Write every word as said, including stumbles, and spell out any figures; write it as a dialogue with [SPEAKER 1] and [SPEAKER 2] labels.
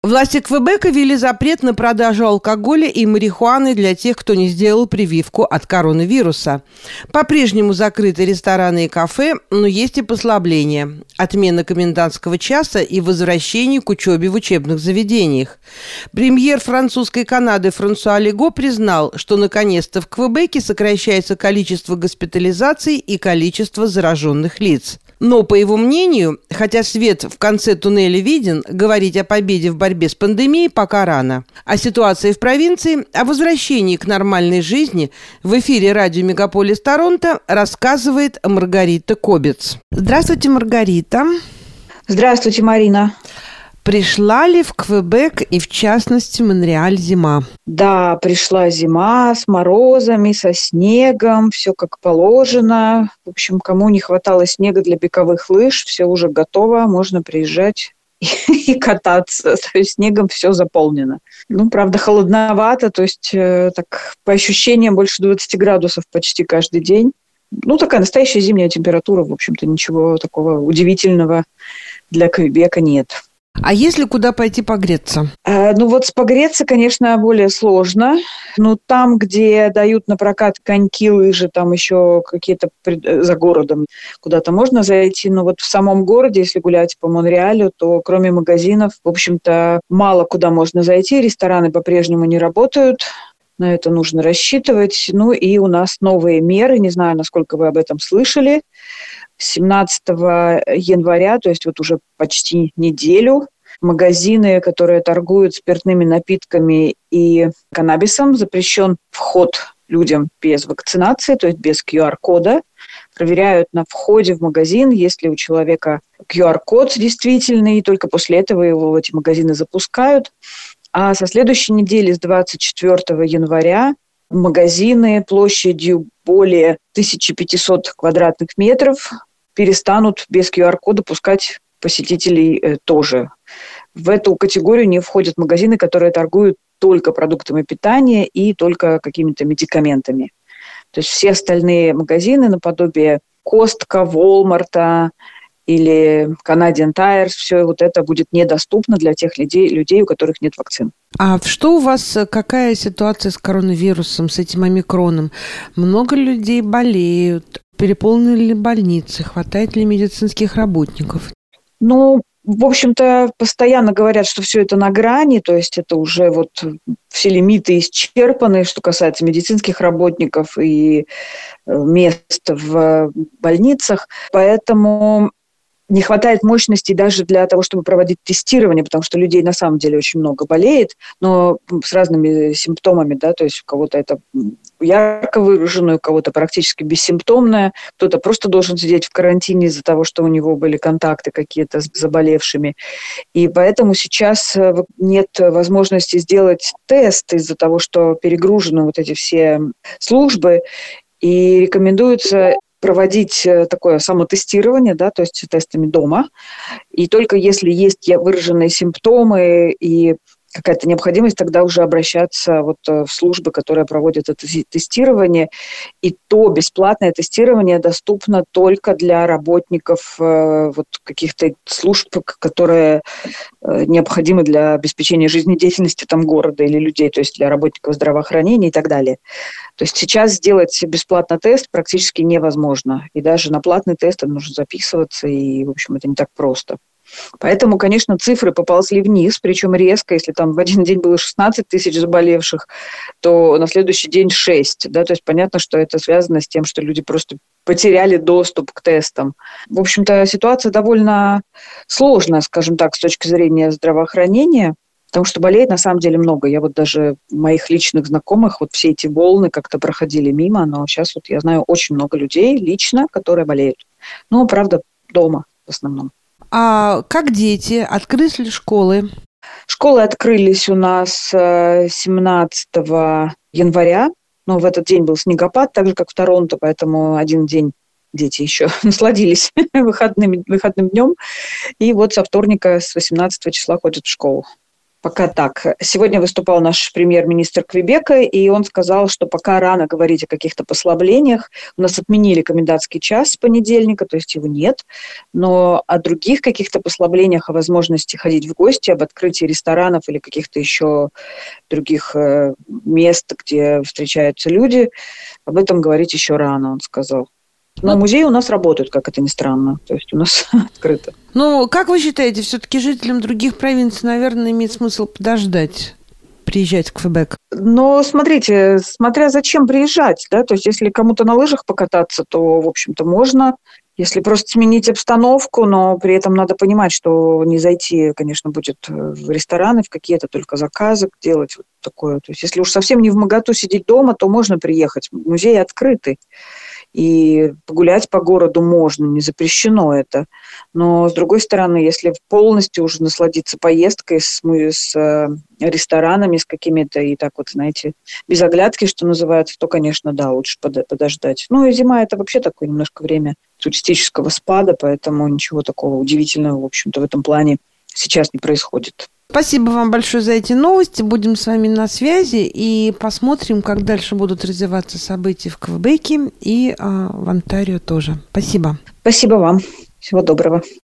[SPEAKER 1] Власти Квебека ввели запрет на продажу алкоголя и марихуаны для тех, кто не сделал прививку от коронавируса. По-прежнему закрыты рестораны и кафе, но есть и послабления. Отмена комендантского часа и возвращение к учебе в учебных заведениях. Премьер французской Канады Франсуа Лего признал, что наконец-то в Квебеке сокращается количество госпитализаций и количество зараженных лиц. Но, по его мнению, хотя свет в конце туннеля виден, говорить о победе в борьбе с пандемией пока рано. О ситуации в провинции, о возвращении к нормальной жизни в эфире радио «Мегаполис Торонто» рассказывает Маргарита Кобец. Здравствуйте, Маргарита.
[SPEAKER 2] Здравствуйте, Марина.
[SPEAKER 1] Пришла ли в Квебек и, в частности, Монреаль зима?
[SPEAKER 2] Да, пришла зима с морозами, со снегом, все как положено. В общем, кому не хватало снега для беговых лыж, все уже готово, можно приезжать и кататься. То есть снегом все заполнено. Ну, правда, холодновато, то есть э, так по ощущениям больше двадцати градусов почти каждый день. Ну, такая настоящая зимняя температура, в общем-то, ничего такого удивительного для Квебека нет.
[SPEAKER 1] А если куда пойти погреться?
[SPEAKER 2] А, ну вот погреться, конечно, более сложно. Но там, где дают на прокат коньки, лыжи, там еще какие-то пред... за городом куда-то можно зайти. Но вот в самом городе, если гулять по Монреалю, то кроме магазинов, в общем-то, мало куда можно зайти. Рестораны по-прежнему не работают. На это нужно рассчитывать. Ну и у нас новые меры. Не знаю, насколько вы об этом слышали. семнадцатого января, то есть вот уже почти неделю, магазины, которые торгуют спиртными напитками и каннабисом, запрещен вход людям без вакцинации, то есть без ку ар-кода. Проверяют на входе в магазин, есть ли у человека ку ар-код действительный, и только после этого его в эти магазины запускают. А со следующей недели, с двадцать четвёртого января, магазины площадью более тысяча пятьсот квадратных метров перестанут без ку ар-кода пускать посетителей э, тоже. В эту категорию не входят магазины, которые торгуют только продуктами питания и только какими-то медикаментами. То есть все остальные магазины наподобие Костка, Волмарта или Canadian Tire, все вот это будет недоступно для тех людей, людей, у которых нет вакцин.
[SPEAKER 1] А что у вас, какая ситуация с коронавирусом, с этим омикроном? Много людей болеют? Переполнены ли больницы? Хватает ли медицинских работников?
[SPEAKER 2] Ну, в общем-то, постоянно говорят, что все это на грани, то есть это уже вот все лимиты исчерпаны, что касается медицинских работников и мест в больницах. Поэтому не хватает мощности даже для того, чтобы проводить тестирование, потому что людей на самом деле очень много болеет, но с разными симптомами, да, то есть у кого-то это ярко выраженное, у кого-то практически бессимптомное, кто-то просто должен сидеть в карантине из-за того, что у него были контакты какие-то с заболевшими. И поэтому сейчас нет возможности сделать тест из-за того, что перегружены вот эти все службы, и рекомендуется проводить такое самотестирование, да, то есть тестами дома. И только если есть выраженные симптомы и какая-то необходимость, тогда уже обращаться вот в службы, которые проводят это тестирование. И то бесплатное тестирование доступно только для работников вот каких-то служб, которые необходимы для обеспечения жизнедеятельности там города или людей, то есть для работников здравоохранения и так далее. То есть сейчас сделать бесплатно тест практически невозможно. И даже на платный тест нужно записываться, и, в общем, это не так просто. Поэтому, конечно, цифры поползли вниз, причем резко. Если там в один день было шестнадцать тысяч заболевших, то на следующий день шесть. Да? То есть понятно, что это связано с тем, что люди просто потеряли доступ к тестам. В общем-то, ситуация довольно сложная, скажем так, с точки зрения здравоохранения, потому что болеет на самом деле много. Я вот даже моих личных знакомых, вот все эти волны как-то проходили мимо, но сейчас вот я знаю очень много людей лично, которые болеют. Ну, правда, дома в основном.
[SPEAKER 1] А как дети? Открылись ли школы?
[SPEAKER 2] Школы открылись у нас семнадцатого января, но в этот день был снегопад, так же, как в Торонто, поэтому один день дети еще насладились выходным, выходным днем. И вот со вторника, с восемнадцатого числа ходят в школу. Пока так. Сегодня выступал наш премьер-министр Квебека, и он сказал, что пока рано говорить о каких-то послаблениях. У нас отменили комендантский час с понедельника, то есть его нет. Но о других каких-то послаблениях, о возможности ходить в гости, об открытии ресторанов или каких-то еще других мест, где встречаются люди, об этом говорить еще рано, он сказал. Но музеи у нас работают, как это ни странно. То есть у нас открыто.
[SPEAKER 1] Ну, как вы считаете, все-таки жителям других провинций, наверное, имеет смысл подождать, приезжать в Квебек?
[SPEAKER 2] Но смотрите, смотря зачем приезжать, да, то есть если кому-то на лыжах покататься, то, в общем-то, можно. Если просто сменить обстановку, но при этом надо понимать, что не зайти, конечно, будет в рестораны, в какие-то только заказы делать, вот такое. То есть если уж совсем не вмоготу сидеть дома, то можно приехать. Музеи открыты. И погулять по городу можно, не запрещено это. Но, с другой стороны, если полностью уже насладиться поездкой с, с э, ресторанами, с какими-то, и так вот, знаете, без оглядки, что называется, то, конечно, да, лучше под, подождать. Ну, и зима – это вообще такое немножко время туристического спада, поэтому ничего такого удивительного, в общем-то, в этом плане сейчас не происходит.
[SPEAKER 1] Спасибо вам большое за эти новости. Будем с вами на связи и посмотрим, как дальше будут развиваться события в Квебеке и а, в Онтарио тоже. Спасибо.
[SPEAKER 2] Спасибо вам. Всего доброго.